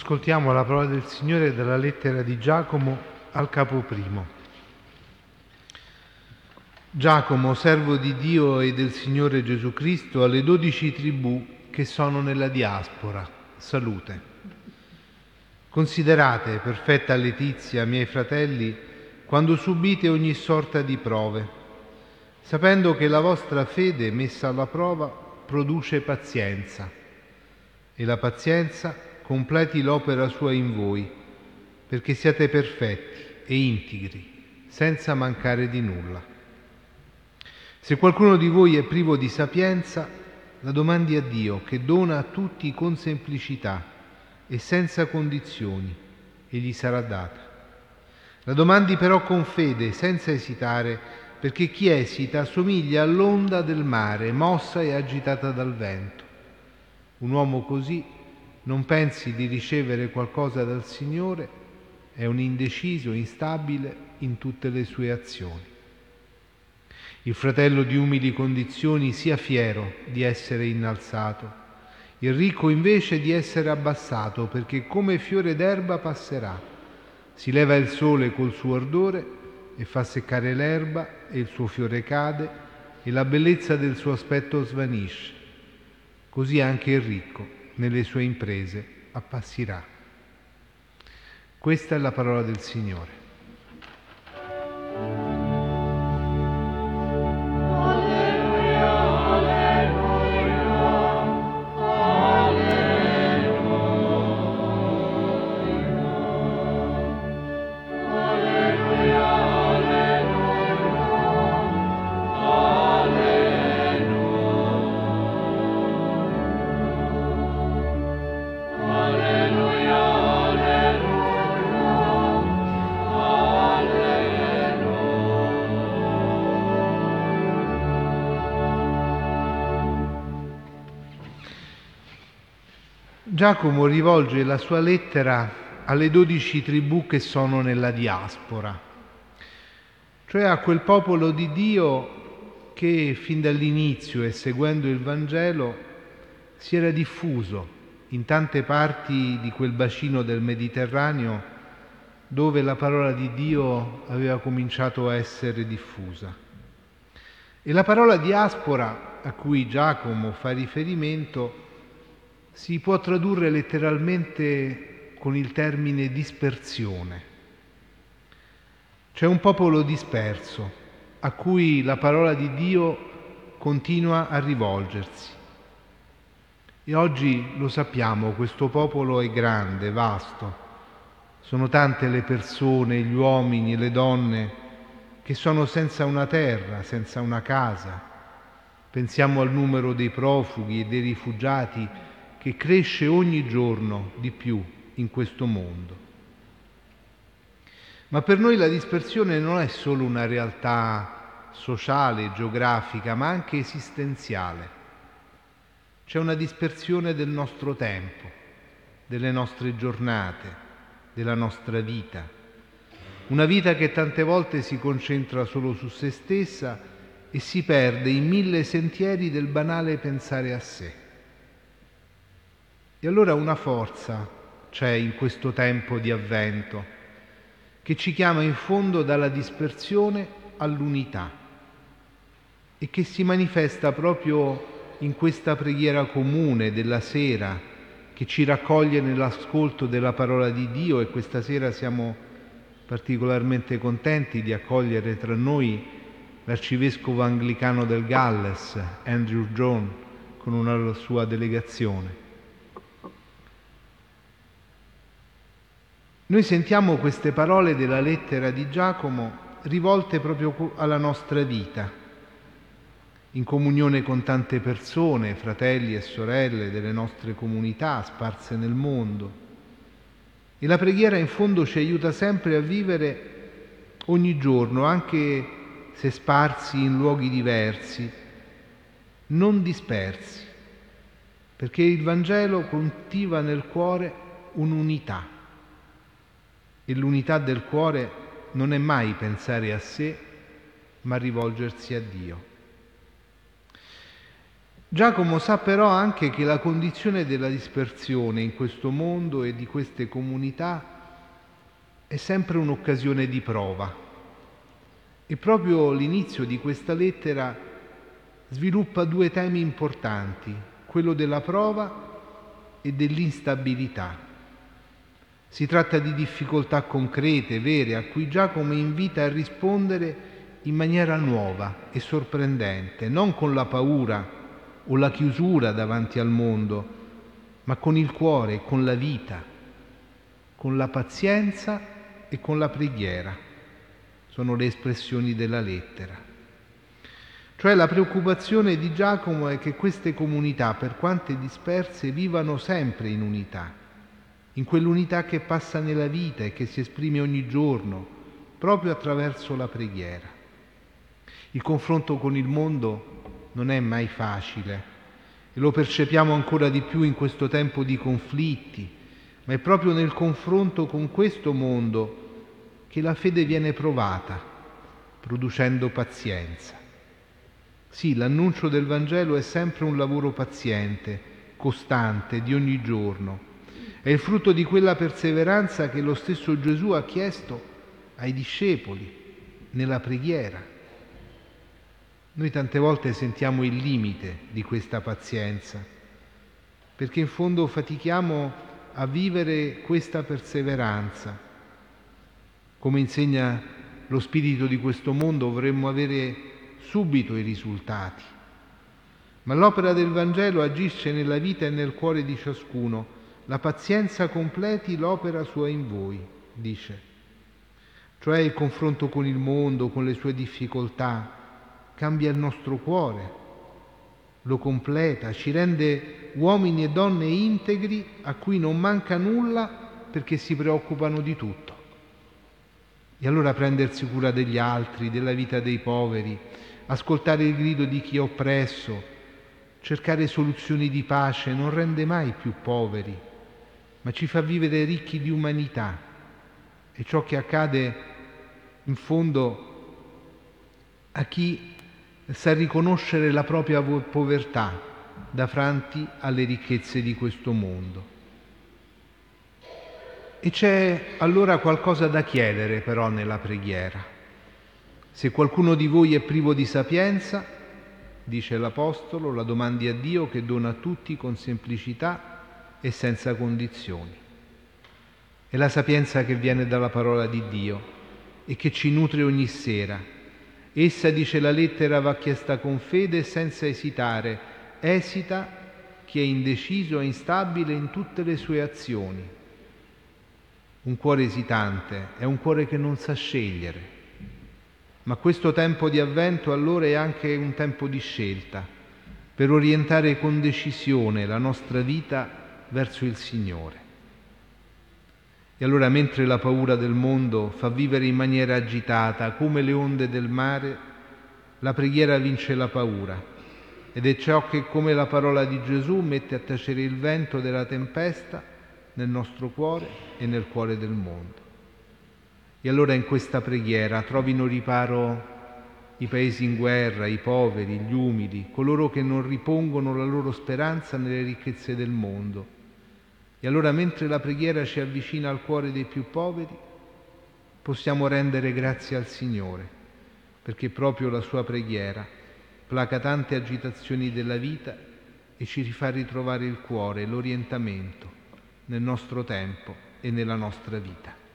Ascoltiamo la parola del Signore dalla lettera di Giacomo al capo primo. Giacomo, servo di Dio e del Signore Gesù Cristo, alle 12 tribù che sono nella diaspora, salute. Considerate perfetta letizia, miei fratelli, quando subite ogni sorta di prove, sapendo che la vostra fede, messa alla prova, produce pazienza, e la pazienza completi l'opera sua in voi, perché siate perfetti e integri, senza mancare di nulla. Se qualcuno di voi è privo di sapienza, la domandi a Dio, che dona a tutti con semplicità e senza condizioni, e gli sarà data. La domandi però con fede, senza esitare, perché chi esita somiglia all'onda del mare, mossa e agitata dal vento. Un uomo così non pensi di ricevere qualcosa dal Signore, è un indeciso, instabile in tutte le sue azioni. Il fratello di umili condizioni sia fiero di essere innalzato, il ricco invece di essere abbassato, perché come fiore d'erba passerà. Si leva il sole col suo ardore e fa seccare l'erba, e il suo fiore cade, e la bellezza del suo aspetto svanisce. Così anche il ricco nelle sue imprese appassirà. Questa è la parola del Signore. Giacomo rivolge la sua lettera alle 12 tribù che sono nella diaspora, cioè a quel popolo di Dio che fin dall'inizio e seguendo il Vangelo si era diffuso in tante parti di quel bacino del Mediterraneo dove la parola di Dio aveva cominciato a essere diffusa. E la parola diaspora a cui Giacomo fa riferimento si può tradurre letteralmente con il termine dispersione. C'è un popolo disperso a cui la parola di Dio continua a rivolgersi. E oggi lo sappiamo, questo popolo è grande, vasto. Sono tante le persone, gli uomini e le donne che sono senza una terra, senza una casa. Pensiamo al numero dei profughi e dei rifugiati che cresce ogni giorno di più in questo mondo. Ma per noi la dispersione non è solo una realtà sociale, geografica, ma anche esistenziale. C'è una dispersione del nostro tempo, delle nostre giornate, della nostra vita. Una vita che tante volte si concentra solo su se stessa e si perde in mille sentieri del banale pensare a sé. E allora una forza c'è in questo tempo di avvento che ci chiama in fondo dalla dispersione all'unità e che si manifesta proprio in questa preghiera comune della sera che ci raccoglie nell'ascolto della parola di Dio. E questa sera siamo particolarmente contenti di accogliere tra noi l'arcivescovo anglicano del Galles, Andrew John, con una sua delegazione. Noi sentiamo queste parole della lettera di Giacomo rivolte proprio alla nostra vita, in comunione con tante persone, fratelli e sorelle delle nostre comunità sparse nel mondo. E la preghiera in fondo ci aiuta sempre a vivere ogni giorno, anche se sparsi in luoghi diversi, non dispersi, perché il Vangelo coltiva nel cuore un'unità. E l'unità del cuore non è mai pensare a sé, ma rivolgersi a Dio. Giacomo sa però anche che la condizione della dispersione in questo mondo e di queste comunità è sempre un'occasione di prova. E proprio l'inizio di questa lettera sviluppa due temi importanti, quello della prova e dell'instabilità. Si tratta di difficoltà concrete, vere, a cui Giacomo invita a rispondere in maniera nuova e sorprendente, non con la paura o la chiusura davanti al mondo, ma con il cuore, con la vita, con la pazienza e con la preghiera. Sono le espressioni della lettera. Cioè la preoccupazione di Giacomo è che queste comunità, per quante disperse, vivano sempre in unità, in quell'unità che passa nella vita e che si esprime ogni giorno, proprio attraverso la preghiera. Il confronto con il mondo non è mai facile e lo percepiamo ancora di più in questo tempo di conflitti, ma è proprio nel confronto con questo mondo che la fede viene provata, producendo pazienza. Sì, l'annuncio del Vangelo è sempre un lavoro paziente, costante, di ogni giorno. È il frutto di quella perseveranza che lo stesso Gesù ha chiesto ai discepoli nella preghiera. Noi tante volte sentiamo il limite di questa pazienza, perché in fondo fatichiamo a vivere questa perseveranza. Come insegna lo spirito di questo mondo, vorremmo avere subito i risultati. Ma l'opera del Vangelo agisce nella vita e nel cuore di ciascuno. La pazienza completi l'opera sua in voi, dice. Cioè il confronto con il mondo, con le sue difficoltà, cambia il nostro cuore, lo completa, ci rende uomini e donne integri a cui non manca nulla perché si preoccupano di tutto. E allora prendersi cura degli altri, della vita dei poveri, ascoltare il grido di chi è oppresso, cercare soluzioni di pace non rende mai più poveri, ma ci fa vivere ricchi di umanità. E ciò che accade in fondo a chi sa riconoscere la propria povertà davanti alle ricchezze di questo mondo. E c'è allora qualcosa da chiedere però nella preghiera. Se qualcuno di voi è privo di sapienza, dice l'Apostolo, la domandi a Dio che dona a tutti con semplicità e senza condizioni. È la sapienza che viene dalla parola di Dio e che ci nutre ogni sera. Essa, dice la lettera, va chiesta con fede e senza esitare. Esita chi è indeciso e instabile in tutte le sue azioni. Un cuore esitante è un cuore che non sa scegliere. Ma questo tempo di avvento allora è anche un tempo di scelta, per orientare con decisione la nostra vita verso il Signore. E allora, mentre la paura del mondo fa vivere in maniera agitata come le onde del mare, la preghiera vince la paura ed è ciò che, come la parola di Gesù, mette a tacere il vento della tempesta nel nostro cuore e nel cuore del mondo. E allora in questa preghiera trovino riparo i paesi in guerra, i poveri, gli umili, coloro che non ripongono la loro speranza nelle ricchezze del mondo. E allora, mentre la preghiera ci avvicina al cuore dei più poveri, possiamo rendere grazie al Signore, perché proprio la sua preghiera placa tante agitazioni della vita e ci rifà ritrovare il cuore e l'orientamento nel nostro tempo e nella nostra vita.